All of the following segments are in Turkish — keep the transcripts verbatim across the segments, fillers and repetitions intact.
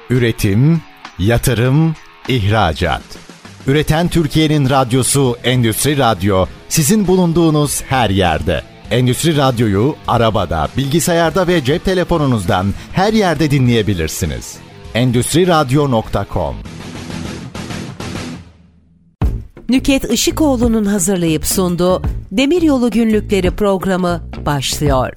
Üretim, yatırım, ihracat. Üreten Türkiye'nin radyosu Endüstri Radyo, sizin bulunduğunuz her yerde. Endüstri Radyo'yu arabada, bilgisayarda ve cep telefonunuzdan her yerde dinleyebilirsiniz. endüstri radyo nokta com. Nükhet Işıkoğlu'nun hazırlayıp sunduğu Demiryolu Günlükleri programı başlıyor.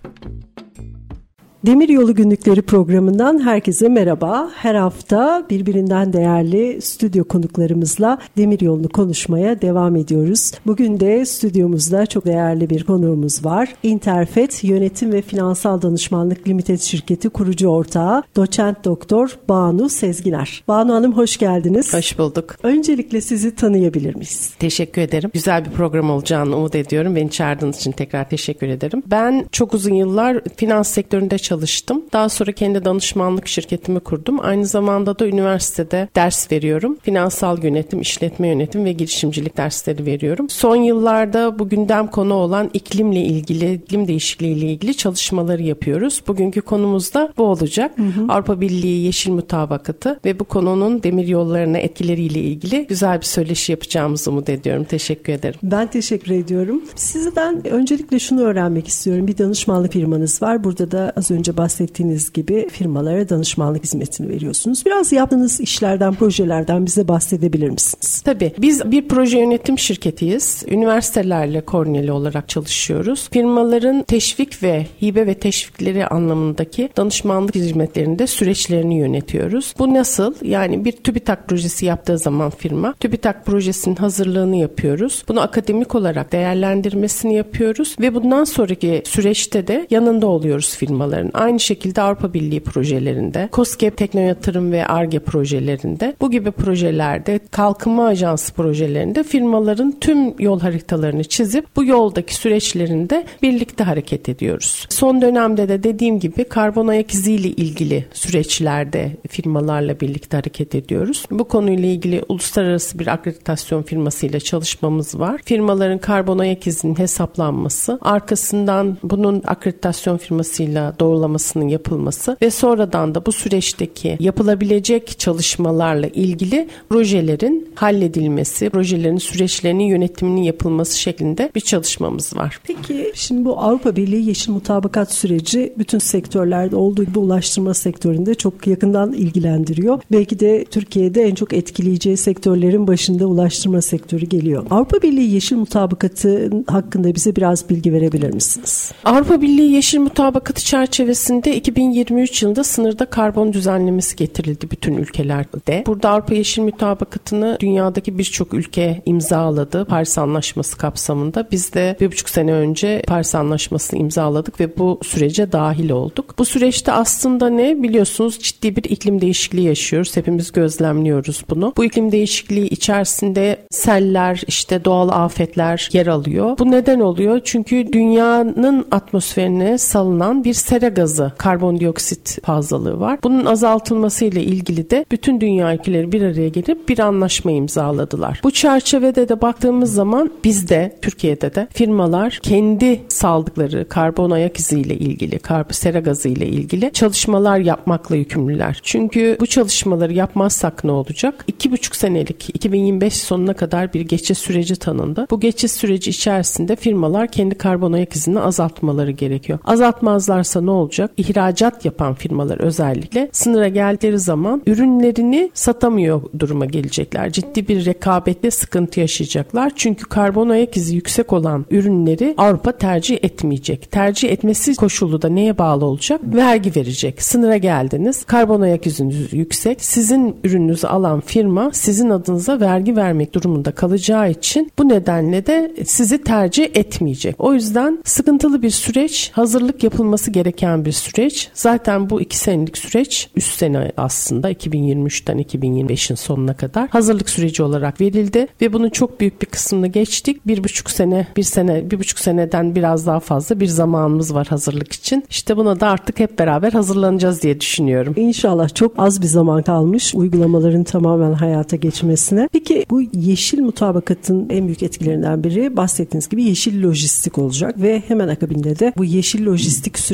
Demiryolu Günlükleri programından herkese merhaba. Her hafta birbirinden değerli stüdyo konuklarımızla Demiryolu'nu konuşmaya devam ediyoruz. Bugün de stüdyomuzda çok değerli bir konuğumuz var. Interfet Yönetim ve Finansal Danışmanlık Limited Şirketi kurucu ortağı Doçent Doktor Banu Sezginer. Banu Hanım hoş geldiniz. Hoş bulduk. Öncelikle sizi tanıyabilir miyiz? Teşekkür ederim. Güzel bir program olacağını umut ediyorum. Beni çağırdığınız için tekrar teşekkür ederim. Ben çok uzun yıllar finans sektöründe çalıştım. Daha sonra kendi danışmanlık şirketimi kurdum. Aynı zamanda da üniversitede ders veriyorum. Finansal yönetim, işletme yönetim ve girişimcilik dersleri veriyorum. Son yıllarda bu gündem konu olan iklimle ilgili, iklim değişikliği ile ilgili çalışmaları yapıyoruz. Bugünkü konumuz da bu olacak. Hı hı. Avrupa Birliği Yeşil Mutabakatı ve bu konunun demir yollarına etkileriyle ilgili güzel bir söyleşi yapacağımızı umut ediyorum. Teşekkür ederim. Ben teşekkür ediyorum. Sizden öncelikle şunu öğrenmek istiyorum. Bir danışmanlık firmanız var. Burada da az önce bahsettiğiniz gibi firmalara danışmanlık hizmetini veriyorsunuz. Biraz yaptığınız işlerden, projelerden bize bahsedebilir misiniz? Tabii. Biz bir proje yönetim şirketiyiz. Üniversitelerle koordineli olarak çalışıyoruz. Firmaların teşvik ve hibe ve teşvikleri anlamındaki danışmanlık hizmetlerinde süreçlerini yönetiyoruz. Bu nasıl? Yani bir TÜBİTAK projesi yaptığı zaman firma, TÜBİTAK projesinin hazırlığını yapıyoruz. Bunu akademik olarak değerlendirmesini yapıyoruz ve bundan sonraki süreçte de yanında oluyoruz firmaların. Aynı şekilde Avrupa Birliği projelerinde, KOSGEB Tekno Yatırım ve Ar-Ge projelerinde, bu gibi projelerde, kalkınma ajansı projelerinde firmaların tüm yol haritalarını çizip bu yoldaki süreçlerinde birlikte hareket ediyoruz. Son dönemde de dediğim gibi karbon ayak iziyle ilgili süreçlerde firmalarla birlikte hareket ediyoruz. Bu konuyla ilgili uluslararası bir akreditasyon firmasıyla çalışmamız var. Firmaların karbon ayak izinin hesaplanması, arkasından bunun akreditasyon firmasıyla doğrulamasının yapılması ve sonradan da bu süreçteki yapılabilecek çalışmalarla ilgili projelerin halledilmesi, projelerin süreçlerinin yönetiminin yapılması şeklinde bir çalışmamız var. Peki şimdi bu Avrupa Birliği Yeşil Mutabakat süreci bütün sektörlerde olduğu gibi ulaştırma sektöründe çok yakından ilgilendiriyor. Belki de Türkiye'de en çok etkileyeceği sektörlerin başında ulaştırma sektörü geliyor. Avrupa Birliği Yeşil Mutabakatı hakkında bize biraz bilgi verebilir misiniz? Avrupa Birliği Yeşil Mutabakatı çerçevesinde iki bin yirmi üç yılında sınırda karbon düzenlemesi getirildi bütün ülkelerde. Burada Avrupa Yeşil Mutabakatı'nı dünyadaki birçok ülke imzaladı Paris Anlaşması kapsamında. Biz de bir buçuk sene önce Paris Anlaşması'nı imzaladık ve bu sürece dahil olduk. Bu süreçte aslında ne? Biliyorsunuz ciddi bir iklim değişikliği yaşıyoruz. Hepimiz gözlemliyoruz bunu. Bu iklim değişikliği içerisinde seller, işte doğal afetler yer alıyor. Bu neden oluyor? Çünkü dünyanın atmosferine salınan bir sera gazı, karbondioksit fazlalığı var. Bunun azaltılmasıyla ilgili de bütün dünya ülkeleri bir araya gelip bir anlaşma imzaladılar. Bu çerçevede de baktığımız zaman bizde, Türkiye'de de firmalar kendi saldıkları karbon ayak iziyle ilgili, karbon sera gazı ile ilgili çalışmalar yapmakla yükümlüler. Çünkü bu çalışmaları yapmazsak ne olacak? İki buçuk senelik iki bin yirmi beş sonuna kadar bir geçiş süreci tanındı. Bu geçiş süreci içerisinde firmalar kendi karbon ayak izini azaltmaları gerekiyor. Azaltmazlarsa ne olacak? İhracat yapan firmalar özellikle sınıra geldikleri zaman ürünlerini satamıyor duruma gelecekler. Ciddi bir rekabette sıkıntı yaşayacaklar. Çünkü karbon ayak izi yüksek olan ürünleri Avrupa tercih etmeyecek. Tercih etmesi koşulu da neye bağlı olacak? Vergi verecek. Sınıra geldiniz. Karbon ayak iziniz yüksek. Sizin ürününüzü alan firma sizin adınıza vergi vermek durumunda kalacağı için bu nedenle de sizi tercih etmeyecek. O yüzden sıkıntılı bir süreç, hazırlık yapılması gereken bir süreç. Zaten bu iki senelik süreç üç sene aslında iki bin yirmi üçten iki bin yirmi beşin sonuna kadar hazırlık süreci olarak verildi ve bunun çok büyük bir kısmını geçtik. Bir buçuk sene, bir sene, bir buçuk seneden biraz daha fazla bir zamanımız var hazırlık için. İşte buna da artık hep beraber hazırlanacağız diye düşünüyorum. İnşallah çok az bir zaman kalmış uygulamaların tamamen hayata geçmesine. Peki bu yeşil mutabakatın en büyük etkilerinden biri bahsettiğiniz gibi yeşil lojistik olacak ve hemen akabinde de bu yeşil lojistik süreci için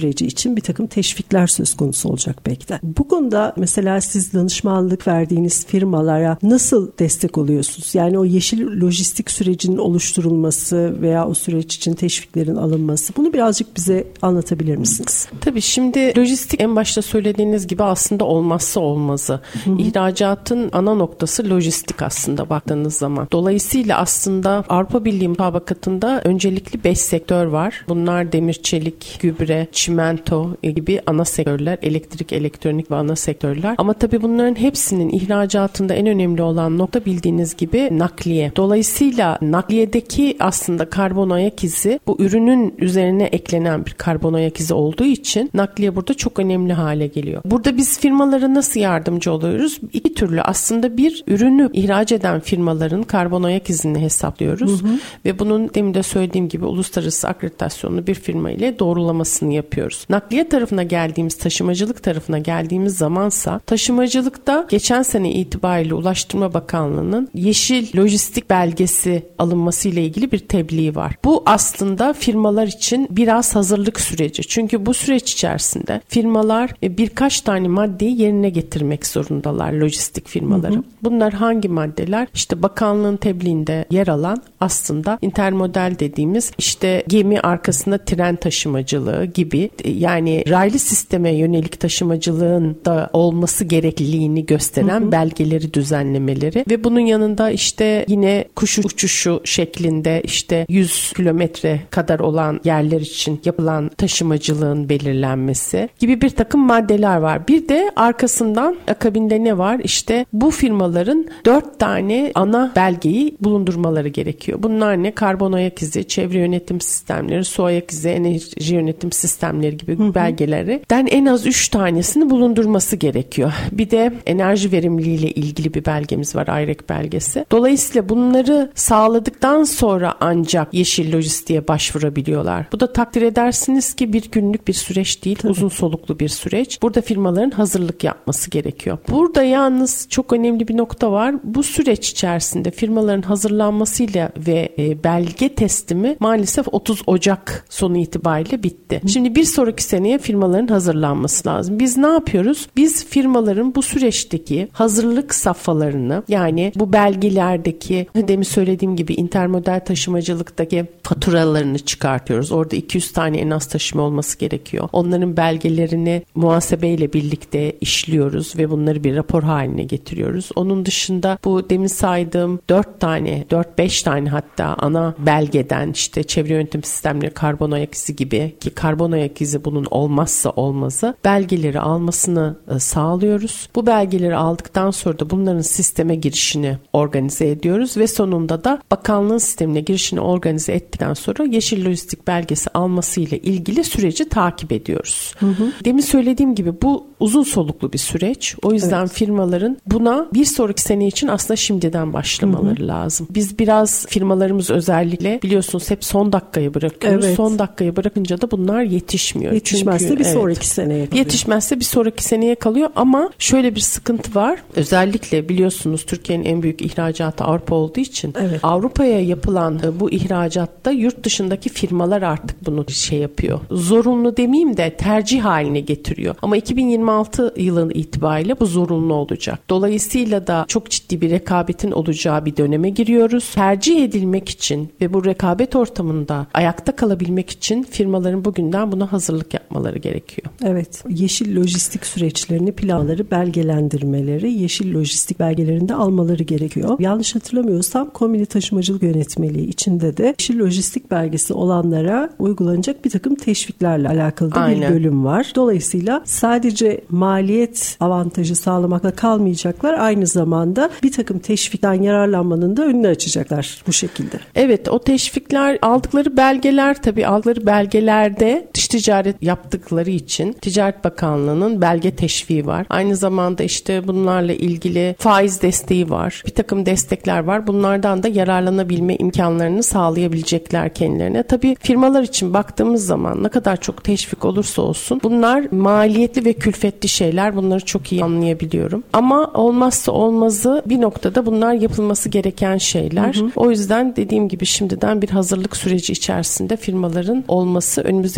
için bir takım teşvikler söz konusu olacak belki de. Bu konuda mesela siz danışmanlık verdiğiniz firmalara nasıl destek oluyorsunuz? Yani o yeşil lojistik sürecinin oluşturulması veya o süreç için teşviklerin alınması, bunu birazcık bize anlatabilir misiniz? Tabii şimdi lojistik en başta söylediğiniz gibi aslında olmazsa olmazı. Hı hı. İhracatın ana noktası lojistik aslında baktığınız zaman. Dolayısıyla aslında Avrupa Birliği mutabakatında öncelikli beş sektör var. Bunlar demir, çelik, gübre, çimento gibi ana sektörler, elektrik, elektronik ve ana sektörler. Ama tabii bunların hepsinin ihracatında en önemli olan nokta bildiğiniz gibi nakliye. Dolayısıyla nakliyedeki aslında karbon ayak izi bu ürünün üzerine eklenen bir karbon ayak izi olduğu için nakliye burada çok önemli hale geliyor. Burada biz firmalara nasıl yardımcı oluyoruz? İki türlü aslında bir ürünü ihraç eden firmaların karbon ayak izini hesaplıyoruz hı hı. ve bunun demin de söylediğim gibi uluslararası akreditasyonlu bir firma ile doğrulamasını yapıyoruz. Nakliye tarafına geldiğimiz, taşımacılık tarafına geldiğimiz zamansa taşımacılıkta geçen sene itibariyle Ulaştırma Bakanlığı'nın yeşil lojistik belgesi alınması ile ilgili bir tebliği var. Bu aslında firmalar için biraz hazırlık süreci. Çünkü bu süreç içerisinde firmalar birkaç tane maddeyi yerine getirmek zorundalar, lojistik firmaları. Hı hı. Bunlar hangi maddeler? İşte bakanlığın tebliğinde yer alan aslında intermodal dediğimiz işte gemi arkasında tren taşımacılığı gibi, yani raylı sisteme yönelik taşımacılığın da olması gerekliliğini gösteren hı hı. belgeleri düzenlemeleri ve bunun yanında işte yine kuş uçuşu şeklinde işte yüz kilometre kadar olan yerler için yapılan taşımacılığın belirlenmesi gibi bir takım maddeler var. Bir de arkasından akabinde ne var? İşte bu firmaların dört tane ana belgeyi bulundurmaları gerekiyor. Bunlar ne? Karbon ayak izi, çevre yönetim sistemleri, su ayak izi, enerji yönetim sistemleri gibi hı hı. belgelerden en az üç tanesini bulundurması gerekiyor. Bir de enerji verimliliği ile ilgili bir belgemiz var, I R E C belgesi. Dolayısıyla bunları sağladıktan sonra ancak yeşil lojistiğe başvurabiliyorlar. Bu da takdir edersiniz ki bir günlük bir süreç değil, tabii. uzun soluklu bir süreç. Burada firmaların hazırlık yapması gerekiyor. Burada yalnız çok önemli bir nokta var. Bu süreç içerisinde firmaların hazırlanmasıyla ve e, belge teslimi maalesef otuz Ocak sonu itibariyle bitti. Hı. Şimdi bir sonraki seneye firmaların hazırlanması lazım. Biz ne yapıyoruz? Biz firmaların bu süreçteki hazırlık safhalarını, yani bu belgelerdeki demin söylediğim gibi intermodal taşımacılıktaki faturalarını çıkartıyoruz. Orada iki yüz tane en az taşıma olması gerekiyor. Onların belgelerini muhasebeyle birlikte işliyoruz ve bunları bir rapor haline getiriyoruz. Onun dışında bu demin saydığım dört tane, dört beş tane hatta ana belgeden işte çevre yönetim sistemleri, karbon ayak izi gibi, ki karbon ayak izi bunun olmazsa olmazı, belgeleri almasını sağlıyoruz. Bu belgeleri aldıktan sonra da bunların sisteme girişini organize ediyoruz ve sonunda da bakanlığın sistemine girişini organize ettikten sonra yeşil lojistik belgesi almasıyla ilgili süreci takip ediyoruz. Hı hı. Demin söylediğim gibi bu uzun soluklu bir süreç. O yüzden evet. firmaların buna bir sonraki sene için aslında şimdiden başlamaları hı hı. lazım. Biz biraz firmalarımız özellikle biliyorsunuz hep son dakikaya bırakıyoruz. Evet. Son dakikaya bırakınca da bunlar yetişmiyor. Yetişmezse Çünkü, bir evet, sonraki seneye kalıyor. Yetişmezse bir sonraki seneye kalıyor ama şöyle bir sıkıntı var. Özellikle biliyorsunuz Türkiye'nin en büyük ihracatı Avrupa olduğu için evet. Avrupa'ya yapılan bu ihracatta yurt dışındaki firmalar artık bunu şey yapıyor. Zorunlu demeyeyim de tercih haline getiriyor. Ama iki bin yirmi altı yılı itibariyle bu zorunlu olacak. Dolayısıyla da çok ciddi bir rekabetin olacağı bir döneme giriyoruz. Tercih edilmek için ve bu rekabet ortamında ayakta kalabilmek için firmaların bugünden buna hazırlık yapmaları gerekiyor. Evet. Yeşil lojistik süreçlerini, planları, belgelendirmeleri, yeşil lojistik belgelerini de almaları gerekiyor. Yanlış hatırlamıyorsam Komili Taşımacılık Yönetmeliği içinde de yeşil lojistik belgesi olanlara uygulanacak bir takım teşviklerle alakalı da Aynen. bir bölüm var. Dolayısıyla sadece maliyet avantajı sağlamakla kalmayacaklar. Aynı zamanda bir takım teşvikten yararlanmanın da önünü açacaklar bu şekilde. Evet, o teşvikler aldıkları belgeler, tabii aldıkları belgelerde dış ticaret yaptıkları için Ticaret Bakanlığı'nın belge teşviği var. Aynı zamanda işte bunlarla ilgili faiz desteği var. Bir takım destekler var. Bunlardan da yararlanabilme imkanlarını sağlayabilecekler kendilerine. Tabii firmalar için baktığımız zaman ne kadar çok teşvik olursa olsun bunlar maliyetli ve külfetli şeyler. Bunları çok iyi anlayabiliyorum. Ama olmazsa olmazı bir noktada bunlar yapılması gereken şeyler. Hı hı. O yüzden dediğim gibi şimdiden bir hazırlık süreci içerisinde firmaların olması önümüzdeki dönemde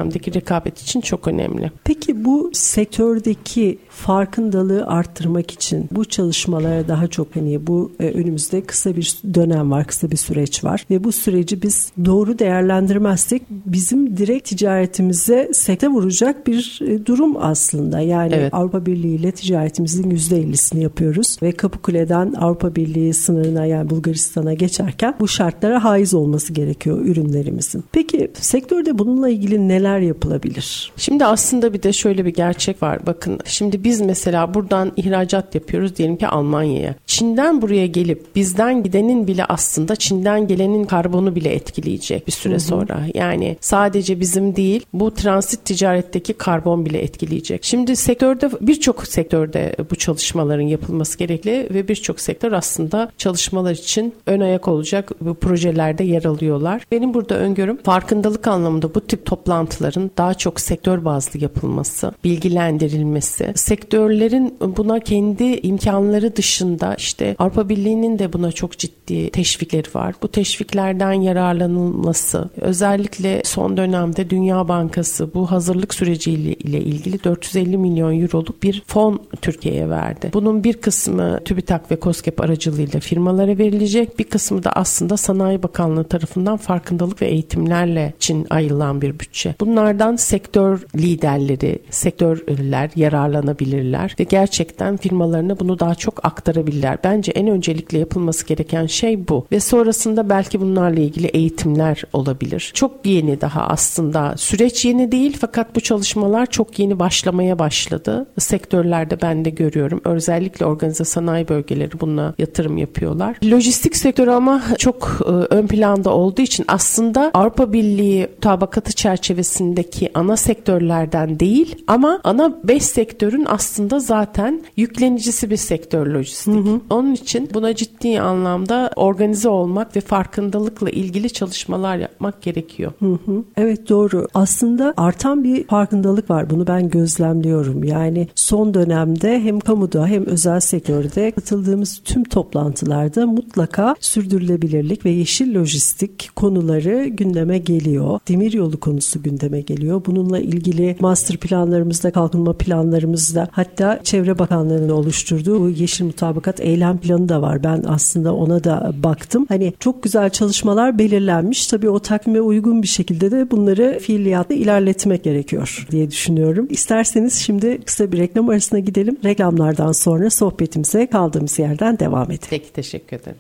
dönemdeki rekabet için çok önemli. Peki bu sektördeki farkındalığı arttırmak için bu çalışmalara daha çok hani bu e, önümüzde kısa bir dönem var, kısa bir süreç var ve bu süreci biz doğru değerlendirmezsek bizim direkt ticaretimize sekte vuracak bir e, durum aslında. Yani evet. Avrupa Birliği ile ticaretimizin yüzde ellisini yapıyoruz ve Kapıkule'den Avrupa Birliği sınırına yani Bulgaristan'a geçerken bu şartlara haiz olması gerekiyor ürünlerimizin. Peki sektörde bununla ilgili neler yapılabilir? Şimdi aslında bir de şöyle bir gerçek var. Bakın şimdi biz mesela buradan ihracat yapıyoruz diyelim ki Almanya'ya. Çin'den buraya gelip bizden gidenin bile aslında Çin'den gelenin karbonu bile etkileyecek bir süre hı hı. sonra. Yani sadece bizim değil bu transit ticaretteki karbon bile etkileyecek. Şimdi sektörde birçok sektörde bu çalışmaların yapılması gerekli ve birçok sektör aslında çalışmalar için ön ayak olacak bu projelerde yer alıyorlar. Benim burada öngörüm farkındalık anlamında bu tip toplantıların daha çok sektör bazlı yapılması, bilgilendirilmesi, sektörlerin buna kendi imkanları dışında işte Avrupa Birliği'nin de buna çok ciddi teşvikleri var. Bu teşviklerden yararlanılması, özellikle son dönemde Dünya Bankası bu hazırlık süreciyle ile ilgili dört yüz elli milyon euroluk bir fon Türkiye'ye verdi. Bunun bir kısmı TÜBİTAK ve KOSGEB aracılığıyla firmalara verilecek, bir kısmı da aslında Sanayi Bakanlığı tarafından farkındalık ve eğitimlerle için ayrılan bir bütçe. Bunlardan sektör liderleri, sektörler yararlanabilirler ve gerçekten firmalarına bunu daha çok aktarabilirler. Bence en öncelikle yapılması gereken şey bu ve sonrasında belki bunlarla ilgili eğitimler olabilir. Çok yeni daha aslında süreç yeni değil fakat bu çalışmalar çok yeni başlamaya başladı. Sektörlerde ben de görüyorum. Özellikle organize sanayi bölgeleri buna yatırım yapıyorlar. Lojistik sektörü ama çok e, ön planda olduğu için aslında Avrupa Birliği mutabakatı çerçevesindeki ana sektörlerden değil ama ana beş sektörün aslında zaten yüklenicisi bir sektör lojistik. Hı hı. Onun için buna ciddi anlamda organize olmak ve farkındalıkla ilgili çalışmalar yapmak gerekiyor. Hı hı. Evet doğru. Aslında artan bir farkındalık var. Bunu ben gözlemliyorum. Yani son dönemde hem kamuda hem özel sektörde katıldığımız tüm toplantılarda mutlaka sürdürülebilirlik ve yeşil lojistik konuları gündeme geliyor. Demiryolu konusu gündeme geliyor. Bununla ilgili master planlarımızda, kalkınma planlarımızda hatta Çevre Bakanlığı'nın oluşturduğu bu yeşil mutabakat eylem planı da var. Ben aslında ona da baktım. Hani çok güzel çalışmalar belirlenmiş. Tabii o takvime uygun bir şekilde de bunları fiiliyatta ilerletmek gerekiyor diye düşünüyorum. İsterseniz şimdi kısa bir reklam arasına gidelim. Reklamlardan sonra sohbetimize kaldığımız yerden devam edelim. Peki, teşekkür ederim.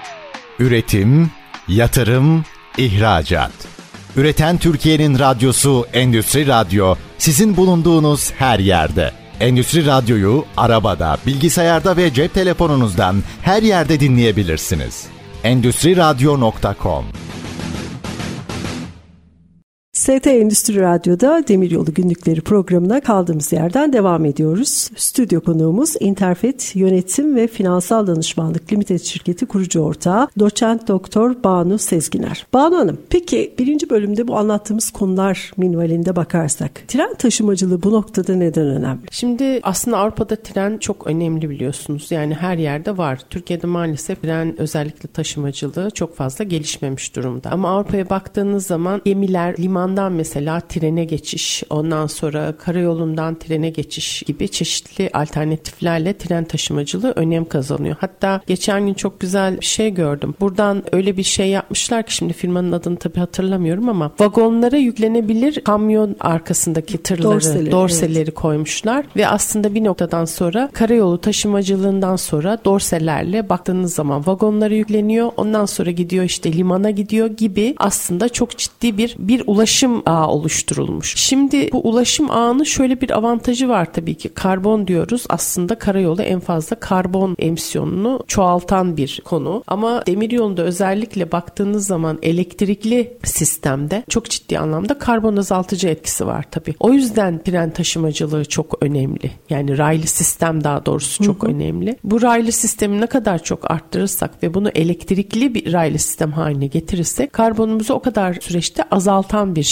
Üretim, yatırım, ihracat. Üreten Türkiye'nin radyosu Endüstri Radyo sizin bulunduğunuz her yerde. Endüstri Radyo'yu arabada, bilgisayarda ve cep telefonunuzdan her yerde dinleyebilirsiniz. endüstri radyo nokta com S T Endüstri Radyo'da Demiryolu Günlükleri programına kaldığımız yerden devam ediyoruz. Stüdyo konuğumuz Interfet Yönetim ve Finansal Danışmanlık Limited Şirketi kurucu ortağı Doçent Doktor Banu Sezginer. Banu Hanım, peki birinci bölümde bu anlattığımız konular minvalinde bakarsak tren taşımacılığı bu noktada neden önemli? Şimdi aslında Avrupa'da tren çok önemli biliyorsunuz. Yani her yerde var. Türkiye'de maalesef tren özellikle taşımacılığı çok fazla gelişmemiş durumda. Ama Avrupa'ya baktığınız zaman gemiler, liman mesela trene geçiş, ondan sonra karayolundan trene geçiş gibi çeşitli alternatiflerle tren taşımacılığı önem kazanıyor. Hatta geçen gün çok güzel bir şey gördüm. Buradan öyle bir şey yapmışlar ki şimdi firmanın adını tabii hatırlamıyorum ama vagonlara yüklenebilir kamyon arkasındaki tırları, dorseleri, dorseleri evet. koymuşlar ve aslında bir noktadan sonra karayolu taşımacılığından sonra dorselerle baktığınız zaman vagonlara yükleniyor. Ondan sonra gidiyor işte limana gidiyor gibi aslında çok ciddi bir bir ulaşım ağı oluşturulmuş. Şimdi bu ulaşım ağının şöyle bir avantajı var tabii ki. Karbon diyoruz. Aslında karayolu en fazla karbon emisyonunu çoğaltan bir konu. Ama demiryolunda özellikle baktığınız zaman elektrikli sistemde çok ciddi anlamda karbon azaltıcı etkisi var tabii. O yüzden tren taşımacılığı çok önemli. Yani raylı sistem daha doğrusu çok hı hı. önemli. Bu raylı sistemi ne kadar çok arttırırsak ve bunu elektrikli bir raylı sistem haline getirirsek karbonumuzu o kadar süreçte azaltan bir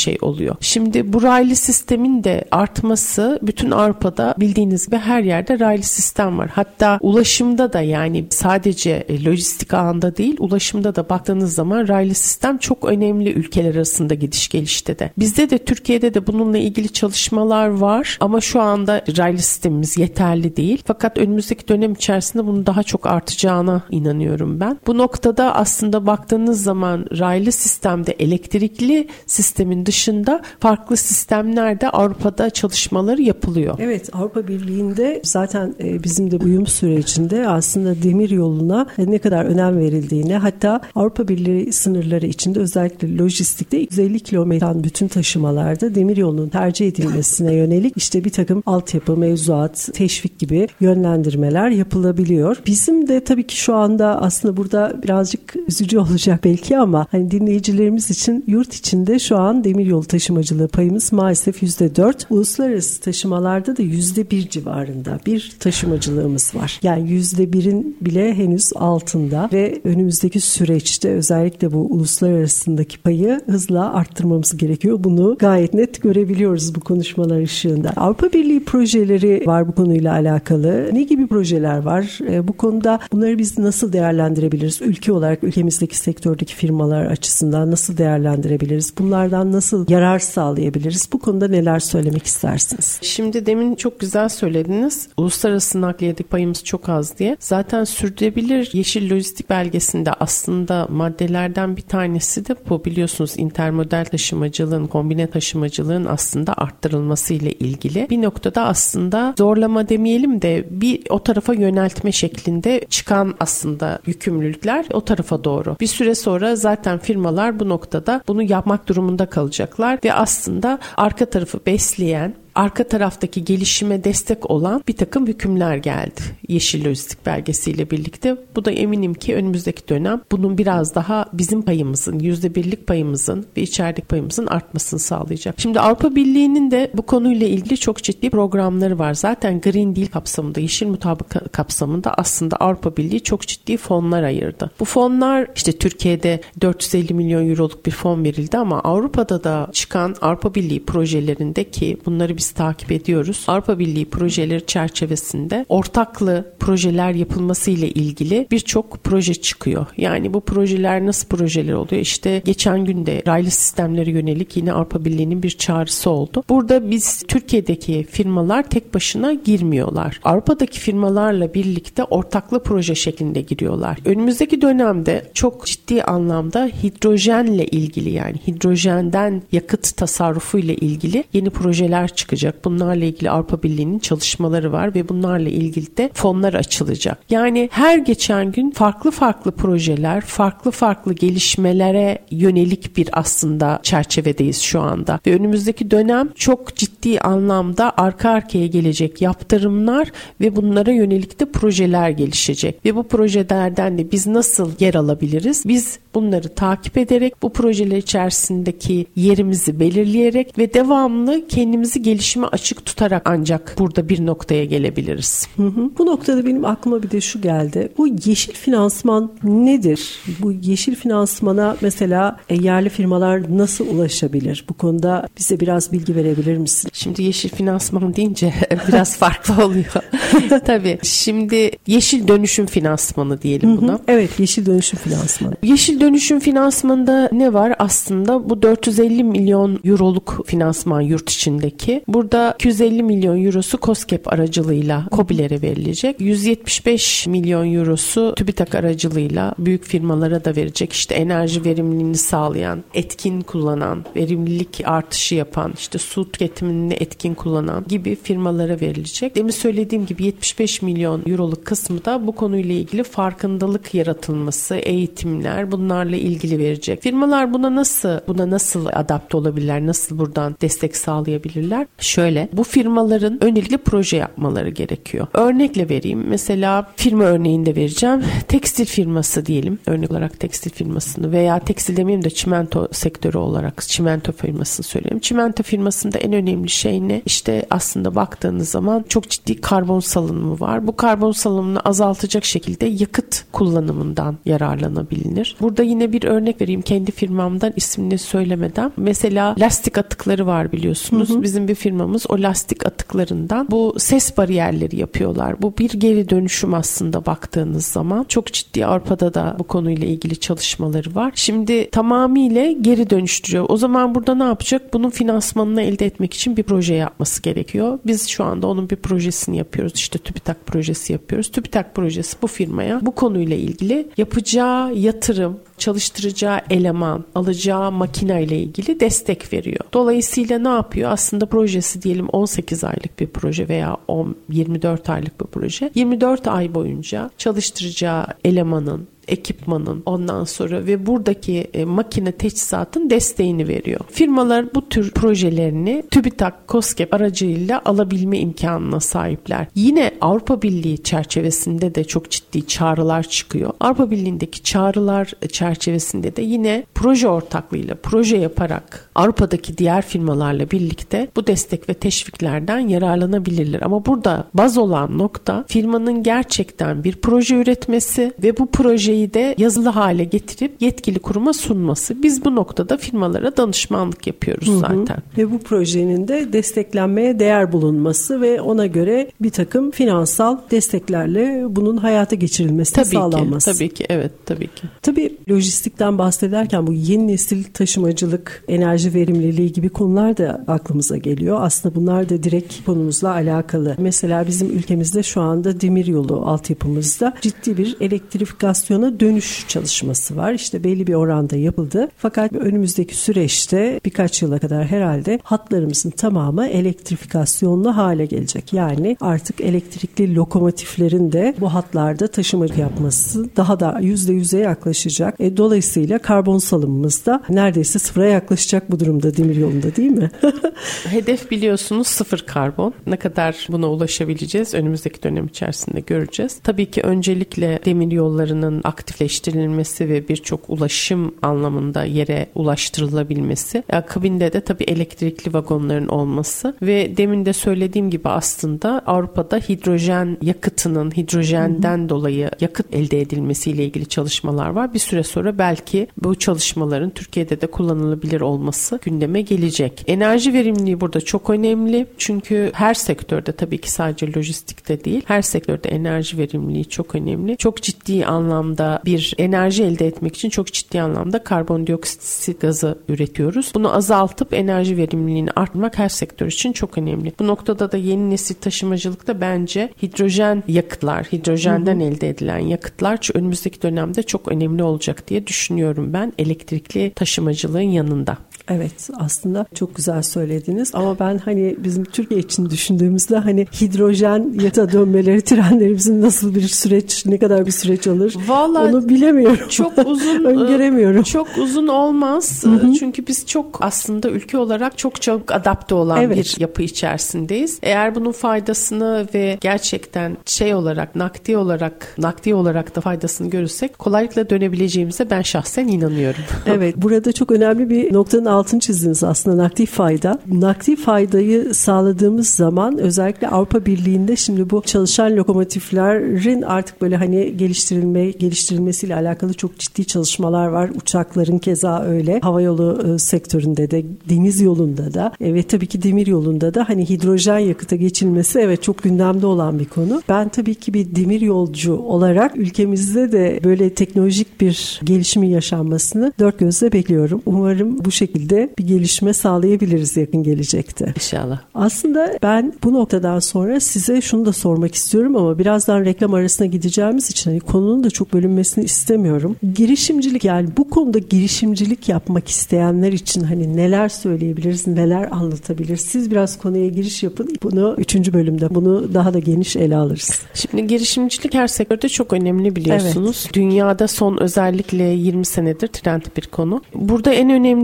şey oluyor. Şimdi bu raylı sistemin de artması, bütün Avrupa'da bildiğiniz gibi her yerde raylı sistem var. Hatta ulaşımda da, yani sadece lojistik ağında değil, ulaşımda da baktığınız zaman raylı sistem çok önemli ülkeler arasında gidiş gelişte de. Bizde de Türkiye'de de bununla ilgili çalışmalar var ama şu anda raylı sistemimiz yeterli değil. Fakat önümüzdeki dönem içerisinde bunun daha çok artacağına inanıyorum ben. Bu noktada aslında baktığınız zaman raylı sistemde elektrikli sistemin dışında farklı sistemlerde Avrupa'da çalışmaları yapılıyor. Evet, Avrupa Birliği'nde zaten bizim de uyum sürecinde aslında demir yoluna ne kadar önem verildiğini, hatta Avrupa Birliği sınırları içinde özellikle lojistikte yüz elli kilometreden bütün taşımalarda demir yolunun tercih edilmesine yönelik işte bir takım altyapı, mevzuat, teşvik gibi yönlendirmeler yapılabiliyor. Bizim de tabii ki şu anda aslında burada birazcık üzücü olacak belki ama hani dinleyicilerimiz için yurt içinde şu an demiryolu taşımacılığı payımız maalesef yüzde dört. Uluslararası taşımalarda da yüzde bir civarında bir taşımacılığımız var. Yani yüzde birin bile henüz altında ve önümüzdeki süreçte özellikle bu uluslararasındaki payı hızla arttırmamız gerekiyor. Bunu gayet net görebiliyoruz bu konuşmalar ışığında. Avrupa Birliği projeleri var bu konuyla alakalı. Ne gibi projeler var? E, bu konuda bunları biz nasıl değerlendirebiliriz? Ülke olarak ülkemizdeki sektördeki firmalar açısından nasıl değerlendirebiliriz? Bunlardan nasıl yarar sağlayabiliriz? Bu konuda neler söylemek istersiniz? Şimdi demin çok güzel söylediniz. Uluslararası nakliyedeki payımız çok az diye. Zaten sürdürülebilir yeşil lojistik belgesinde aslında maddelerden bir tanesi de bu, biliyorsunuz, intermodal taşımacılığın, kombine taşımacılığın aslında arttırılması ile ilgili. Bir noktada aslında zorlama demeyelim de bir o tarafa yöneltme şeklinde çıkan aslında yükümlülükler o tarafa doğru. Bir süre sonra zaten firmalar bu noktada bunu yapmak durumunda kalacaklar ve aslında arka tarafı besleyen, arka taraftaki gelişime destek olan bir takım hükümler geldi yeşil lojistik belgesiyle birlikte. Bu da eminim ki önümüzdeki dönem bunun biraz daha bizim payımızın, yüzde birlik payımızın ve içerideki payımızın artmasını sağlayacak. Şimdi Avrupa Birliği'nin de bu konuyla ilgili çok ciddi programları var. Zaten Green Deal kapsamında, yeşil mutabık kapsamında aslında Avrupa Birliği çok ciddi fonlar ayırdı. Bu fonlar işte Türkiye'de dört yüz elli milyon euroluk bir fon verildi ama Avrupa'da da çıkan Avrupa Birliği projelerinde, ki bunları biz takip ediyoruz, Avrupa Birliği projeleri çerçevesinde ortaklı projeler yapılması ile ilgili birçok proje çıkıyor. Yani bu projeler nasıl projeler oluyor? İşte geçen gün de raylı sistemlere yönelik yine Avrupa Birliği'nin bir çağrısı oldu. Burada biz Türkiye'deki firmalar tek başına girmiyorlar. Avrupa'daki firmalarla birlikte ortaklı proje şeklinde giriyorlar. Önümüzdeki dönemde çok ciddi anlamda hidrojenle ilgili, yani hidrojenden yakıt tasarrufu ile ilgili yeni projeler çıkacak. Bunlarla ilgili Avrupa Birliği'nin çalışmaları var ve bunlarla ilgili de fonlar açılacak. Yani her geçen gün farklı farklı projeler, farklı farklı gelişmelere yönelik bir aslında çerçevedeyiz şu anda. Ve önümüzdeki dönem çok ciddi anlamda arka arkaya gelecek yaptırımlar ve bunlara yönelik de projeler gelişecek. Ve bu projelerden de biz nasıl yer alabiliriz? Biz bunları takip ederek, bu projeler içerisindeki yerimizi belirleyerek ve devamlı kendimizi gelişime açık tutarak ancak burada bir noktaya gelebiliriz. Hı hı. Bu noktada benim aklıma bir de şu geldi. Bu yeşil finansman nedir? Bu yeşil finansmana mesela yerli firmalar nasıl ulaşabilir? Bu konuda bize biraz bilgi verebilir misin? Şimdi yeşil finansman deyince biraz farklı oluyor. Tabii. Şimdi yeşil dönüşüm finansmanı diyelim hı hı. buna. Evet, yeşil dönüşüm finansmanı. Yeşil dönüşüm finansmanında ne var? Aslında bu dört yüz elli milyon euroluk finansman yurt içindeki. Burada iki yüz elli milyon eurosu KOSGEB aracılığıyla KOBİ'lere verilecek. yüz yetmiş beş milyon eurosu TÜBİTAK aracılığıyla büyük firmalara da verecek. İşte enerji verimliliğini sağlayan, etkin kullanan, verimlilik artışı yapan, işte su tüketimini etkin kullanan gibi firmalara verilecek. Demin söylediğim gibi yetmiş beş milyon euroluk kısmı da bu konuyla ilgili farkındalık yaratılması, eğitimler, bunlarla ilgili verecek. Firmalar buna nasıl buna nasıl adapte olabilirler? Nasıl buradan destek sağlayabilirler? Şöyle, bu firmaların öncelikle proje yapmaları gerekiyor. Örnekle vereyim. Mesela firma örneğinde vereceğim. Tekstil firması diyelim. Örnek olarak tekstil firmasını veya tekstil demeyeyim de çimento sektörü olarak çimento firmasını söyleyeyim. Çimento firmasında en önemli şey ne? İşte aslında baktığınız zaman çok ciddi karbon salınımı var. Bu karbon salınımını azaltacak şekilde yakıt kullanımından yararlanabilir. Burada yine bir örnek vereyim. Kendi firmamdan ismini söylemeden. Mesela lastik atıkları var biliyorsunuz. Hı hı. Bizim bir firmamız o lastik atıklarından bu ses bariyerleri yapıyorlar. Bu bir geri dönüşüm aslında baktığınız zaman. Çok ciddi Avrupa'da da bu konuyla ilgili çalışmaları var. Şimdi tamamıyla geri dönüştürüyor. O zaman burada ne yapacak? Bunun finansmanını elde etmek için bir proje yapması gerekiyor. Biz şu anda onun bir projesini yapıyoruz. İşte TÜBİTAK projesi yapıyoruz. TÜBİTAK projesi bu firmaya bu konuyla ilgili yapacağı yatırım, çalıştıracağı eleman, alacağı makine ile ilgili destek veriyor. Dolayısıyla ne yapıyor? Aslında projesi diyelim on sekiz aylık bir proje veya on yirmi dört aylık bir proje. yirmi dört ay boyunca çalıştıracağı elemanın, ekipmanın ondan sonra ve buradaki e, makine teçhizatın desteğini veriyor. Firmalar bu tür projelerini TÜBİTAK, KOSGEB aracıyla alabilme imkanına sahipler. Yine Avrupa Birliği çerçevesinde de çok ciddi çağrılar çıkıyor. Avrupa Birliği'ndeki çağrılar çerçevesinde de yine proje ortaklığıyla proje yaparak Avrupa'daki diğer firmalarla birlikte bu destek ve teşviklerden yararlanabilirler. Ama burada baz olan nokta firmanın gerçekten bir proje üretmesi ve bu projeyi de yazılı hale getirip yetkili kuruma sunması. Biz bu noktada firmalara danışmanlık yapıyoruz hı hı. zaten. Ve bu projenin de desteklenmeye değer bulunması ve ona göre bir takım finansal desteklerle bunun hayata geçirilmesi tabii sağlanması. Ki, tabii ki, evet tabii ki. Tabii lojistikten bahsederken bu yeni nesil taşımacılık, enerji verimliliği gibi konular da aklımıza geliyor. Aslında bunlar da direkt konumuzla alakalı. Mesela bizim ülkemizde şu anda demiryolu altyapımızda ciddi bir elektrifikasyona dönüş çalışması var. İşte belli bir oranda yapıldı. Fakat önümüzdeki süreçte birkaç yıla kadar herhalde hatlarımızın tamamı elektrifikasyonlu hale gelecek. Yani artık elektrikli lokomotiflerin de bu hatlarda taşımacılık yapması daha da yüzde yüze yaklaşacak. E, dolayısıyla karbon salımımız da neredeyse sıfıra yaklaşacak bu durumda demiryolunda, değil mi? Hedef biliyorsunuz sıfır karbon. Ne kadar buna ulaşabileceğiz önümüzdeki dönem içerisinde göreceğiz. Tabii ki öncelikle demiryollarının aktifleştirilmesi ve birçok ulaşım anlamında yere ulaştırılabilmesi. Akabinde de tabii elektrikli vagonların olması ve demin de söylediğim gibi aslında Avrupa'da hidrojen yakıtının hidrojenden hı hı. dolayı yakıt elde edilmesiyle ilgili çalışmalar var. Bir süre sonra belki bu çalışmaların Türkiye'de de kullanılabilir olması gündeme gelecek. Enerji verimliliği burada çok önemli. Çünkü her sektörde, tabii ki sadece lojistikte değil, her sektörde enerji verimliliği çok önemli. Çok ciddi anlamda bir enerji elde etmek için çok ciddi anlamda karbondioksit gazı üretiyoruz. Bunu azaltıp enerji verimliliğini arttırmak her sektör için çok önemli. Bu noktada da yeni nesil taşımacılıkta bence hidrojen yakıtlar, hidrojenden hı hı. elde edilen yakıtlar önümüzdeki dönemde çok önemli olacak diye düşünüyorum ben elektrikli taşımacılığın yanında. Evet, aslında çok güzel söylediniz ama ben hani bizim Türkiye için düşündüğümüzde hani hidrojen yata dönmeleri trenlerimizin nasıl bir süreç, ne kadar bir süreç alır vallahi onu bilemiyorum. Çok uzun öngöremiyorum. Çok uzun olmaz. Hı-hı. Çünkü biz çok aslında ülke olarak çok çabuk adapte olan evet. bir yapı içerisindeyiz. Eğer bunun faydasını ve gerçekten şey olarak nakdi olarak nakdi olarak da faydasını görürsek kolaylıkla dönebileceğimize ben şahsen inanıyorum. Evet, burada çok önemli bir noktanın altını çizdiniz aslında, nakdi fayda. Nakdi faydayı sağladığımız zaman özellikle Avrupa Birliği'nde şimdi bu çalışan lokomotiflerin artık böyle hani geliştirilme geliştirilmesiyle alakalı çok ciddi çalışmalar var. Uçakların keza öyle. Havayolu e, sektöründe de, deniz yolunda da e, ve tabii ki demir yolunda da hani hidrojen yakıta geçilmesi evet çok gündemde olan bir konu. Ben tabii ki bir demir yolcu olarak ülkemizde de böyle teknolojik bir gelişimin yaşanmasını dört gözle bekliyorum. Umarım bu şekilde bir gelişme sağlayabiliriz yakın gelecekte. İnşallah. Aslında ben bu noktadan sonra size şunu da sormak istiyorum ama birazdan reklam arasına gideceğimiz için hani konunun da çok bölünmesini istemiyorum. Girişimcilik, yani bu konuda girişimcilik yapmak isteyenler için hani neler söyleyebiliriz, neler anlatabiliriz? Siz biraz konuya giriş yapın. Bunu üçüncü bölümde bunu daha da geniş ele alırız. Şimdi girişimcilik her sektörde çok önemli biliyorsunuz. Evet. Dünyada son özellikle yirmi senedir trend bir konu. Burada en önemli rolü aslında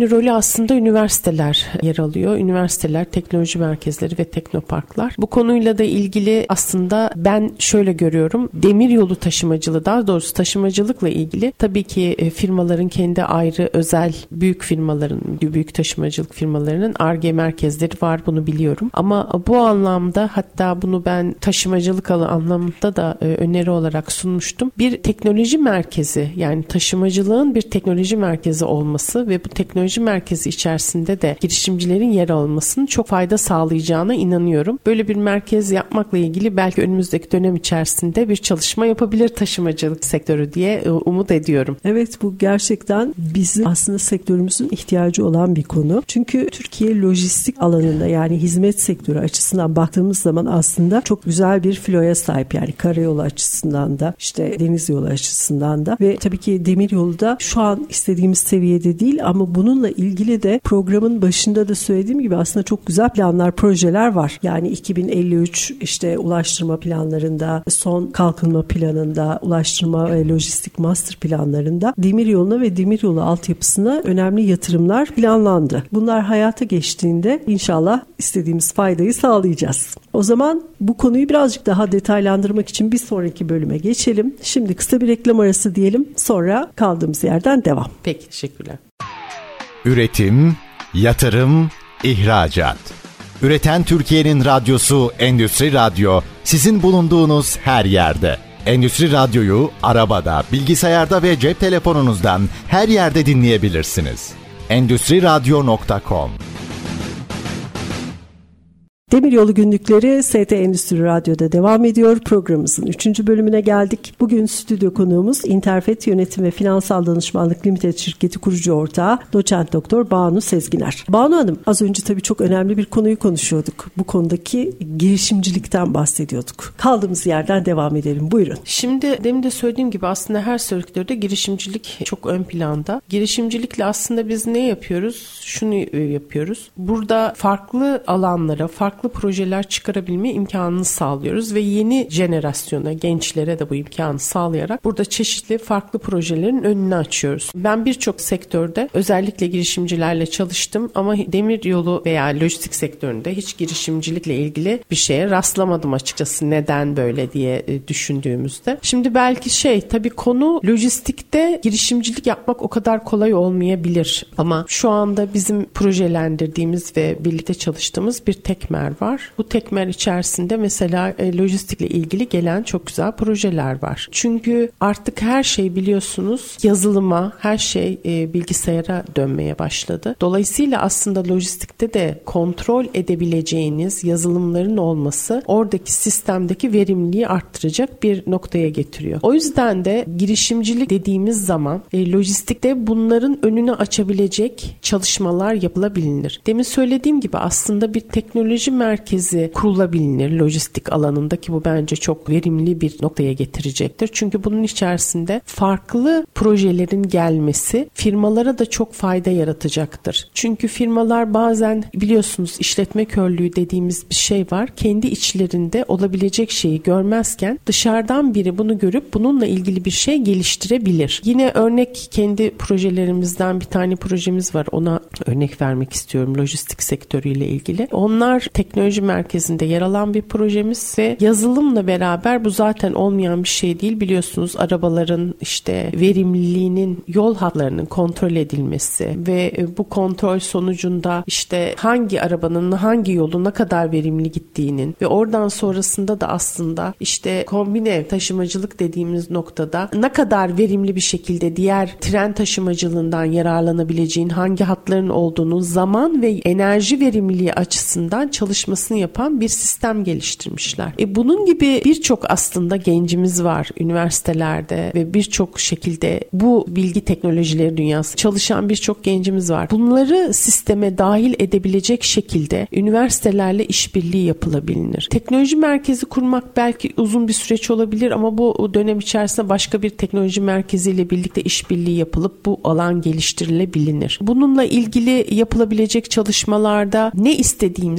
aslında üniversiteler yer alıyor. Üniversiteler, teknoloji merkezleri ve teknoparklar. Bu konuyla da ilgili aslında ben şöyle görüyorum. Demiryolu taşımacılığı, daha doğrusu taşımacılıkla ilgili tabii ki firmaların kendi ayrı özel büyük firmaların, büyük taşımacılık firmalarının Ar-Ge merkezleri var, bunu biliyorum. Ama bu anlamda, hatta bunu ben taşımacılık anlamında da öneri olarak sunmuştum. Bir teknoloji merkezi, yani taşımacılığın bir teknoloji merkezi olması ve bu teknoloji merkezi içerisinde de girişimcilerin yer almasının çok fayda sağlayacağına inanıyorum. Böyle bir merkez yapmakla ilgili belki önümüzdeki dönem içerisinde bir çalışma yapabilir taşımacılık sektörü diye umut ediyorum. Evet, bu gerçekten bizim aslında sektörümüzün ihtiyacı olan bir konu. Çünkü Türkiye lojistik alanında, yani hizmet sektörü açısından baktığımız zaman aslında çok güzel bir filoya sahip. Yani karayolu açısından da, işte deniz yolu açısından da ve tabii ki demiryolu da şu an istediğimiz seviyede değil, ama bununla ilgili de programın başında da söylediğim gibi aslında çok güzel planlar, projeler var. Yani iki bin elli üç işte ulaştırma planlarında, son kalkınma planında, ulaştırma ve lojistik master planlarında demiryoluna ve demiryolu altyapısına önemli yatırımlar planlandı. Bunlar hayata geçtiğinde inşallah istediğimiz faydayı sağlayacağız. O zaman bu konuyu birazcık daha detaylandırmak için bir sonraki bölüme geçelim. Şimdi kısa bir reklam arası diyelim, sonra kaldığımız yerden devam. Peki, teşekkürler. Üretim, yatırım, ihracat. Üreten Türkiye'nin radyosu Endüstri Radyo, sizin bulunduğunuz her yerde. Endüstri Radyo'yu arabada, bilgisayarda ve cep telefonunuzdan her yerde dinleyebilirsiniz. endüstri radyo nokta com. Demiryolu günlükleri S T Endüstri Radyo'da devam ediyor. Programımızın üçüncü bölümüne geldik. Bugün stüdyo konuğumuz Interfet Yönetim ve Finansal Danışmanlık Limited şirketi kurucu ortağı Doçent Doktor Banu Sezginer. Banu Hanım, az önce tabii çok önemli bir konuyu konuşuyorduk. Bu konudaki girişimcilikten bahsediyorduk. Kaldığımız yerden devam edelim. Buyurun. Şimdi demin de söylediğim gibi aslında her sektörde girişimcilik çok ön planda. Girişimcilikle aslında biz ne yapıyoruz? Şunu yapıyoruz. Burada farklı alanlara, farklı farklı projeler çıkarabilme imkanını sağlıyoruz ve yeni jenerasyona, gençlere de bu imkanı sağlayarak burada çeşitli farklı projelerin önünü açıyoruz. Ben birçok sektörde özellikle girişimcilerle çalıştım ama demiryolu veya lojistik sektöründe hiç girişimcilikle ilgili bir şeye rastlamadım açıkçası. Neden böyle diye düşündüğümüzde. Şimdi belki şey, tabii konu lojistikte girişimcilik yapmak o kadar kolay olmayabilir ama şu anda bizim projelendirdiğimiz ve birlikte çalıştığımız bir tekmer var. Bu tekmer içerisinde mesela e, lojistikle ilgili gelen çok güzel projeler var. Çünkü artık her şey biliyorsunuz yazılıma, her şey e, bilgisayara dönmeye başladı. Dolayısıyla aslında lojistikte de kontrol edebileceğiniz yazılımların olması oradaki sistemdeki verimliliği arttıracak bir noktaya getiriyor. O yüzden de girişimcilik dediğimiz zaman e, lojistikte bunların önünü açabilecek çalışmalar yapılabilir. Demin söylediğim gibi aslında bir teknoloji merkezi kurulabilir lojistik alanında ki bu bence çok verimli bir noktaya getirecektir. Çünkü bunun içerisinde farklı projelerin gelmesi firmalara da çok fayda yaratacaktır. Çünkü firmalar bazen biliyorsunuz işletme körlüğü dediğimiz bir şey var. Kendi içlerinde olabilecek şeyi görmezken dışarıdan biri bunu görüp bununla ilgili bir şey geliştirebilir. Yine örnek kendi projelerimizden bir tane projemiz var. Ona örnek vermek istiyorum lojistik sektörüyle ilgili. Onlar teknoloji merkezinde yer alan bir projemiz ve yazılımla beraber bu zaten olmayan bir şey değil. Biliyorsunuz arabaların işte verimliliğinin, yol hatlarının kontrol edilmesi ve bu kontrol sonucunda işte hangi arabanın hangi yolu ne kadar verimli gittiğinin ve oradan sonrasında da aslında işte kombine taşımacılık dediğimiz noktada ne kadar verimli bir şekilde diğer tren taşımacılığından yararlanabileceğin, hangi hatların olduğunu zaman ve enerji verimliliği açısından çalışmasını yapan bir sistem geliştirmişler. E bunun gibi birçok aslında gencimiz var üniversitelerde ve birçok şekilde bu bilgi teknolojileri dünyası çalışan birçok gencimiz var. Bunları sisteme dahil edebilecek şekilde üniversitelerle işbirliği yapılabilir. Teknoloji merkezi kurmak belki uzun bir süreç olabilir ama bu dönem içerisinde başka bir teknoloji merkeziyle birlikte işbirliği yapılıp bu alan geliştirilebilir. Bununla ilgili yapılabilecek çalışmalarda ne istediğimiz, mesela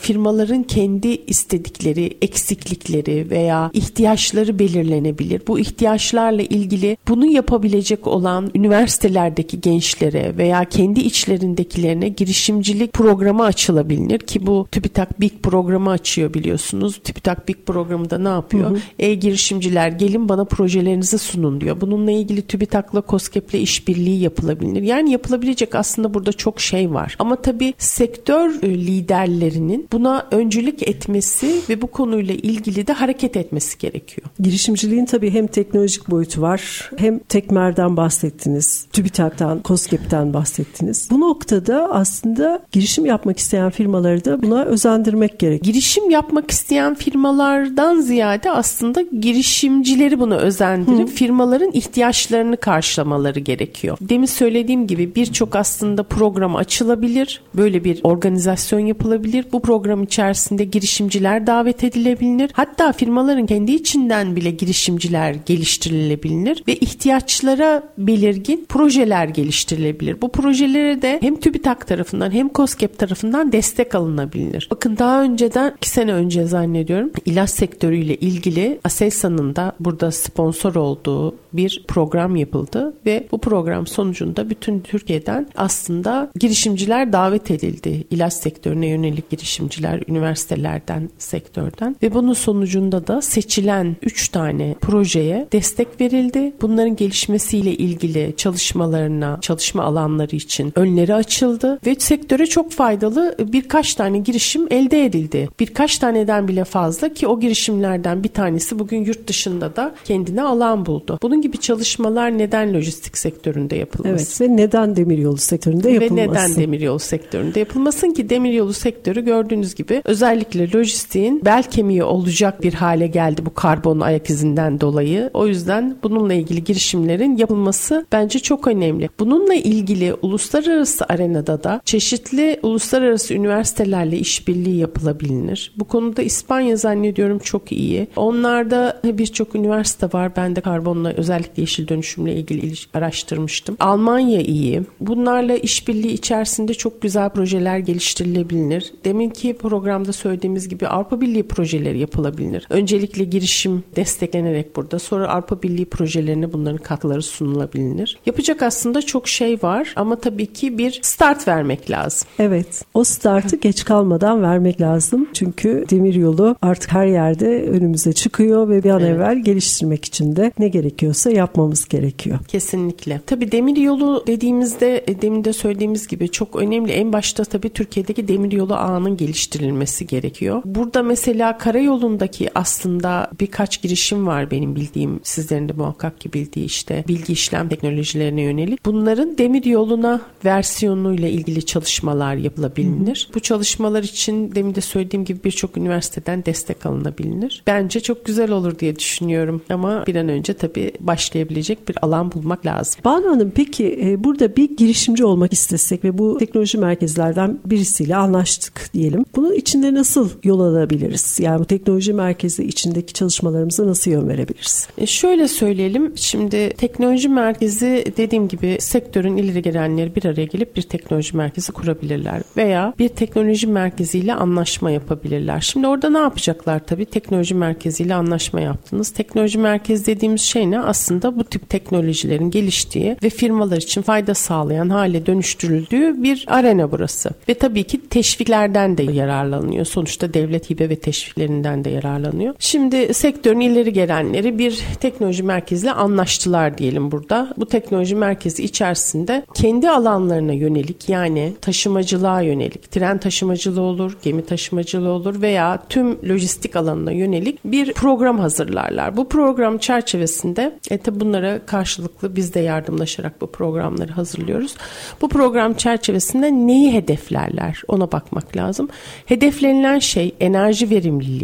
firmaların kendi istedikleri, eksiklikleri veya ihtiyaçları belirlenebilir. Bu ihtiyaçlarla ilgili bunu yapabilecek olan üniversitelerdeki gençlere veya kendi içlerindekilerine girişimcilik programı açılabilir ki bu TÜBİTAK Big programı açıyor biliyorsunuz. TÜBİTAK Big programında ne yapıyor? Hı hı. Ey girişimciler gelin bana projelerinizi sunun diyor. Bununla ilgili TÜBİTAK'la KOSGEB'le işbirliği yapılabilir. Yani yapılabilecek aslında burada çok şey var. Ama tabii sektör liderlerinin buna öncülük etmesi ve bu konuyla ilgili de hareket etmesi gerekiyor. Girişimciliğin tabii hem teknolojik boyutu var, hem Tekmer'den bahsettiniz, TÜBİTAK'tan, KOSGEB'den bahsettiniz. Bu noktada aslında girişim yapmak isteyen firmaları da buna özendirmek gerek. Girişim yapmak isteyen firmalardan ziyade aslında girişimcileri buna özendirip Hı. firmaların ihtiyaçlarını karşılamaları gerekiyor. Demin söylediğim gibi birçok aslında program açılabilir. Böyle bir organizasyon yapılabilir. Bu program içerisinde girişimciler davet edilebilir. Hatta firmaların kendi içinden bile girişimciler geliştirilebilir ve ihtiyaçlara belirgin projeler geliştirilebilir. Bu projelere de hem TÜBİTAK tarafından hem KOSGEB tarafından destek alınabilir. Bakın daha önceden iki sene önce zannediyorum ilaç sektörüyle ilgili Aselsan'ın da burada sponsor olduğu bir program yapıldı ve bu program sonucunda bütün Türkiye'den aslında girişimciler davet edildi. İlaç sektörüne yönelik girişimciler üniversitelerden, sektörden ve bunun sonucunda da seçilen üç tane projeye destek verildi. Bunların gelişmesiyle ilgili çalışmalarına, çalışma alanları için önleri açıldı ve sektöre çok faydalı birkaç tane girişim elde edildi. Birkaç taneden bile fazla ki o girişimlerden bir tanesi bugün yurt dışında da kendine alan buldu. Bunun gibi çalışmalar neden lojistik sektöründe yapılmasın? Evet ve neden demiryolu sektöründe yapılmasın? Ve neden demiryolu sektöründe yapılmasın ki demiryolu sektörü gördüğünüz gibi özellikle lojistiğin bel kemiği olacak bir hale geldi bu karbon ayak izinden dolayı. O yüzden bununla ilgili girişimlerin yapılması bence çok önemli. Bununla ilgili uluslararası arenada da çeşitli uluslararası üniversitelerle işbirliği yapılabilir. Bu konuda İspanya zannediyorum çok iyi. Onlarda birçok üniversite var. Ben de karbonla özellikle yeşil dönüşümle ilgili araştırmıştım. Almanya iyi. Bunlarla işbirliği içerisinde çok güzel projeler geliştirilebilir. Deminki programda söylediğimiz gibi Avrupa Birliği projeleri yapılabilir. Öncelikle girişim desteklenerek burada. Sonra Avrupa Birliği projelerine bunların katkıları sunulabilir. Yapacak aslında çok şey var ama tabii ki bir start vermek lazım. Evet. O startı geç kalmadan vermek lazım. Çünkü demiryolu artık her yerde önümüze çıkıyor ve bir an evet. evvel geliştirmek için de ne gerekiyorsa yapmamız gerekiyor. Kesinlikle. Tabii demiryolu dediğimizde demin de söylediğimiz gibi çok önemli. En başta tabii Türkiye'deki demiryolu ağının geliştirilmesi gerekiyor. Burada mesela karayolundaki aslında birkaç girişim var benim bildiğim, sizlerin de muhakkak ki bildiği işte bilgi işlem teknolojilerine yönelik. Bunların demiryoluna versiyonuyla ilgili çalışmalar yapılabilir. Bu çalışmalar için demin de söylediğim gibi birçok üniversiteden destek alınabilir. Bence çok güzel olur diye düşünüyorum ama bir an önce tabii başlayabilecek bir alan bulmak lazım. Banu Hanım peki e, burada bir girişimci olmak istesek ve bu teknoloji merkezlerden birisiyle anlaştık diyelim. Bunun içinde nasıl yol alabiliriz? Yani bu teknoloji merkezi içindeki çalışmalarımıza nasıl yön verebiliriz? E şöyle söyleyelim. Şimdi teknoloji merkezi dediğim gibi sektörün ileri gelenleri bir araya gelip bir teknoloji merkezi kurabilirler veya bir teknoloji merkeziyle anlaşma yapabilirler. Şimdi orada ne yapacaklar tabii? Teknoloji merkeziyle anlaşma yaptınız. Teknoloji merkezi dediğimiz şey ne? Aslında bu tip teknolojilerin geliştiği ve firmalar için fayda sağlayan hale dönüştürüldüğü bir arena burası. Ve tabii ki teşviklerden de yararlanıyor. Sonuçta devlet hibe ve teşviklerinden de yararlanıyor. Şimdi sektörün ileri gelenleri bir teknoloji merkeziyle anlaştılar diyelim burada. Bu teknoloji merkezi içerisinde kendi alanlarına yönelik yani taşımacılığa yönelik, tren taşımacılığı olur, gemi taşımacılığı olur veya tüm lojistik alanına yönelik bir program hazırlarlar. Bu program çerçevesinde e tabi bunlara karşılıklı biz de yardımlaşarak bu programları hazırlıyoruz. Bu program çerçevesinde neyi hedeflerler ona bakmak lazım. Hedeflenilen şey enerji verimliliği,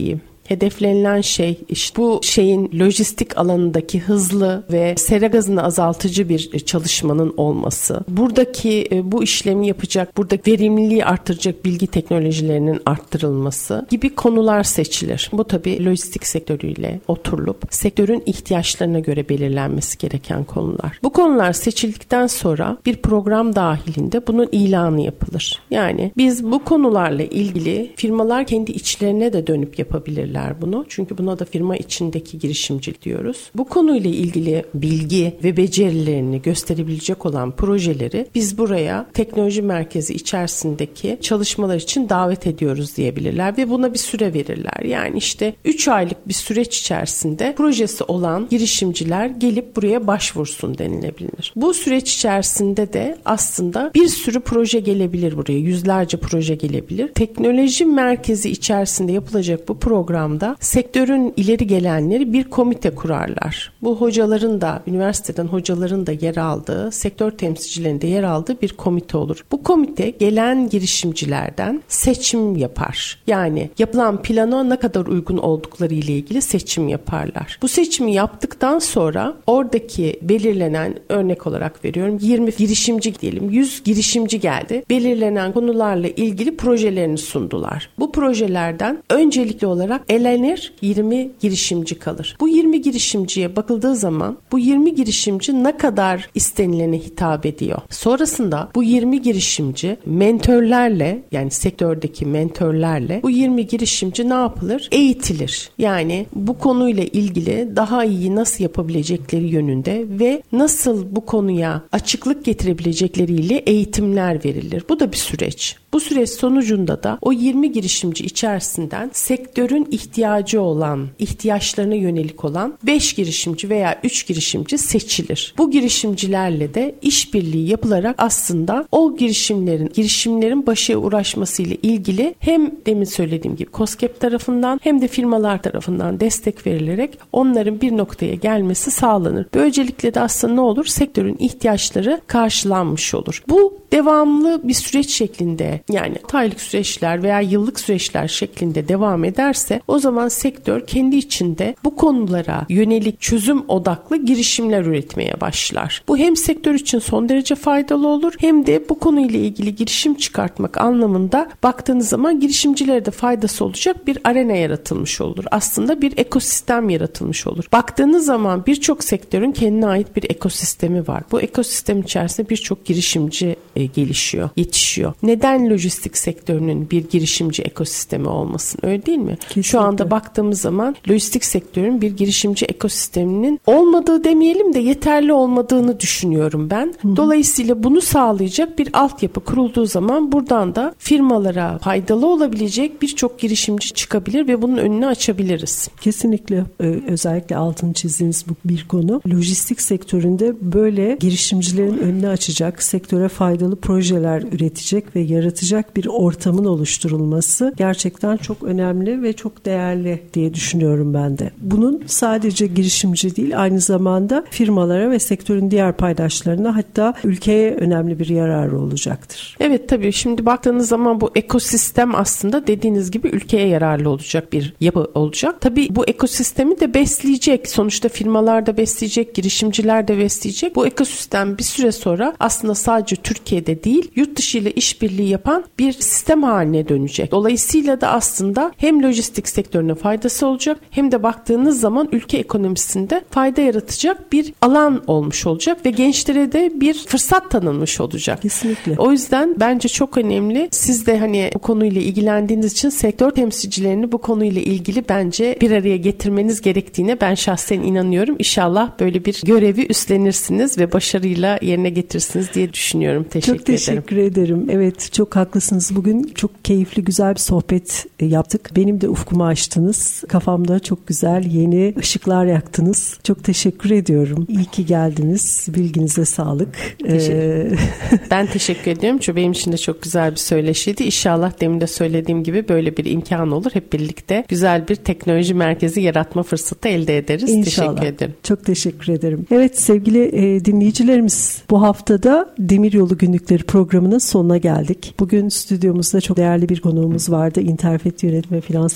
hedeflenilen şey işte bu şeyin lojistik alanındaki hızlı ve sera gazını azaltıcı bir çalışmanın olması. Buradaki bu işlemi yapacak, buradaki verimliliği artıracak bilgi teknolojilerinin arttırılması gibi konular seçilir. Bu tabii lojistik sektörüyle oturulup sektörün ihtiyaçlarına göre belirlenmesi gereken konular. Bu konular seçildikten sonra bir program dahilinde bunun ilanı yapılır. Yani biz bu konularla ilgili firmalar kendi içlerine de dönüp yapabilirler bunu. Çünkü buna da firma içindeki girişimcilik diyoruz. Bu konuyla ilgili bilgi ve becerilerini gösterebilecek olan projeleri biz buraya teknoloji merkezi içerisindeki çalışmalar için davet ediyoruz diyebilirler ve buna bir süre verirler. Yani işte üç aylık bir süreç içerisinde projesi olan girişimciler gelip buraya başvursun denilebilir. Bu süreç içerisinde de aslında bir sürü proje gelebilir buraya. Yüzlerce proje gelebilir. Teknoloji merkezi içerisinde yapılacak bu programda sektörün ileri gelenleri bir komite kurarlar. Bu hocaların da, üniversiteden hocaların da yer aldığı, sektör temsilcilerinin de yer aldığı bir komite olur. Bu komite gelen girişimcilerden seçim yapar. Yani yapılan plana ne kadar uygun oldukları ile ilgili seçim yaparlar. Bu seçimi yaptıktan sonra oradaki belirlenen, örnek olarak veriyorum, yirmi girişimci diyelim, yüz girişimci geldi. Belirlenen konularla ilgili projelerini sundular. Bu projelerden öncelikli olarak elenir yirmi girişimci kalır. Bu yirmi girişimciye bakıldığı zaman bu yirmi girişimci ne kadar istenilene hitap ediyor. Sonrasında bu yirmi girişimci mentörlerle, yani sektördeki mentörlerle bu yirmi girişimci ne yapılır? Eğitilir. Yani bu konuyla ilgili daha iyi nasıl yapabilecekleri yönünde ve nasıl bu konuya açıklık getirebilecekleriyle eğitimler verilir. Bu da bir süreç. Bu süreç sonucunda da o yirmi girişimci içerisinden sektörün ihtiyacı olan, ihtiyaçlarına yönelik olan beş girişimci veya üç girişimci seçilir. Bu girişimcilerle de işbirliği yapılarak aslında o girişimlerin, girişimlerin başarıya ulaşmasıyla ilgili hem demin söylediğim gibi KOSGEB tarafından hem de firmalar tarafından destek verilerek onların bir noktaya gelmesi sağlanır. Böylelikle de aslında ne olur? Sektörün ihtiyaçları karşılanmış olur. Bu devamlı bir süreç şeklinde, yani aylık süreçler veya yıllık süreçler şeklinde devam ederse o zaman sektör kendi içinde bu konulara yönelik çözüm odaklı girişimler üretmeye başlar. Bu hem sektör için son derece faydalı olur hem de bu konuyla ilgili girişim çıkartmak anlamında baktığınız zaman girişimcilere de faydası olacak bir arena yaratılmış olur. Aslında bir ekosistem yaratılmış olur. Baktığınız zaman birçok sektörün kendine ait bir ekosistemi var. Bu ekosistem içerisinde birçok girişimci e, gelişiyor, yetişiyor. Neden lojistik sektörünün bir girişimci ekosistemi olmasın, öyle değil mi? Kesinlikle. Şu anda baktığımız zaman lojistik sektörün bir girişimci ekosisteminin olmadığı demeyelim de yeterli olmadığını düşünüyorum ben. Hı hı. Dolayısıyla bunu sağlayacak bir altyapı kurulduğu zaman buradan da firmalara faydalı olabilecek birçok girişimci çıkabilir ve bunun önünü açabiliriz. Kesinlikle. Ee, özellikle altını çizdiğiniz bu bir konu. Lojistik sektöründe böyle girişimcilerin önünü açacak, sektöre faydalı projeler üretecek ve yaratacak bir ortamın oluşturulması gerçekten çok önemli ve çok değerli diye düşünüyorum ben de. Bunun sadece girişimci değil, aynı zamanda firmalara ve sektörün diğer paydaşlarına, hatta ülkeye önemli bir yararı olacaktır. Evet, tabii şimdi baktığınız zaman bu ekosistem aslında dediğiniz gibi ülkeye yararlı olacak bir yapı olacak. Tabii bu ekosistemi de besleyecek. Sonuçta firmalar da besleyecek, girişimciler de besleyecek. Bu ekosistem bir süre sonra aslında sadece Türkiye'de değil, yurt dışı ile işbirliği yapan bir sistem haline dönecek. Dolayısıyla da aslında hem lojistik sektörüne faydası olacak hem de baktığınız zaman ülke ekonomisinde fayda yaratacak bir alan olmuş olacak ve gençlere de bir fırsat tanınmış olacak. Kesinlikle. O yüzden bence çok önemli. Siz de hani bu konuyla ilgilendiğiniz için sektör temsilcilerini bu konuyla ilgili bence bir araya getirmeniz gerektiğine ben şahsen inanıyorum. İnşallah böyle bir görevi üstlenirsiniz ve başarıyla yerine getirirsiniz diye düşünüyorum. Teşekkür ederim. Çok teşekkür ederim. ederim. Evet, çok haklısınız. Bugün çok keyifli, güzel bir sohbet yaptık. Benim de ufkumu açtınız. Kafamda çok güzel yeni ışıklar yaktınız. Çok teşekkür ediyorum. İyi ki geldiniz. Bilginize sağlık. Teşekkür. Ee... ben teşekkür ediyorum. Çünkü benim için de çok güzel bir söyleşiydi. İnşallah demin de söylediğim gibi böyle bir imkan olur. Hep birlikte güzel bir teknoloji merkezi yaratma fırsatı elde ederiz. İnşallah. Teşekkür ederim. Çok teşekkür ederim. Evet sevgili e, dinleyicilerimiz, bu haftada Demiryolu Günlükleri programının sonuna geldik. Bugün stüdyomuzda çok değerli bir konuğumuz vardı. Interfet Yönetim ve Finansal Danışmanlık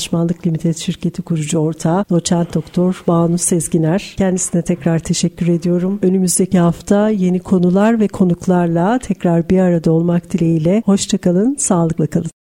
Danışmanlık Limited şirketi kurucu ortağı Doçent Doktor Banu Sezginer. Kendisine tekrar teşekkür ediyorum. Önümüzdeki hafta yeni konular ve konuklarla tekrar bir arada olmak dileğiyle. Hoşçakalın, sağlıkla kalın.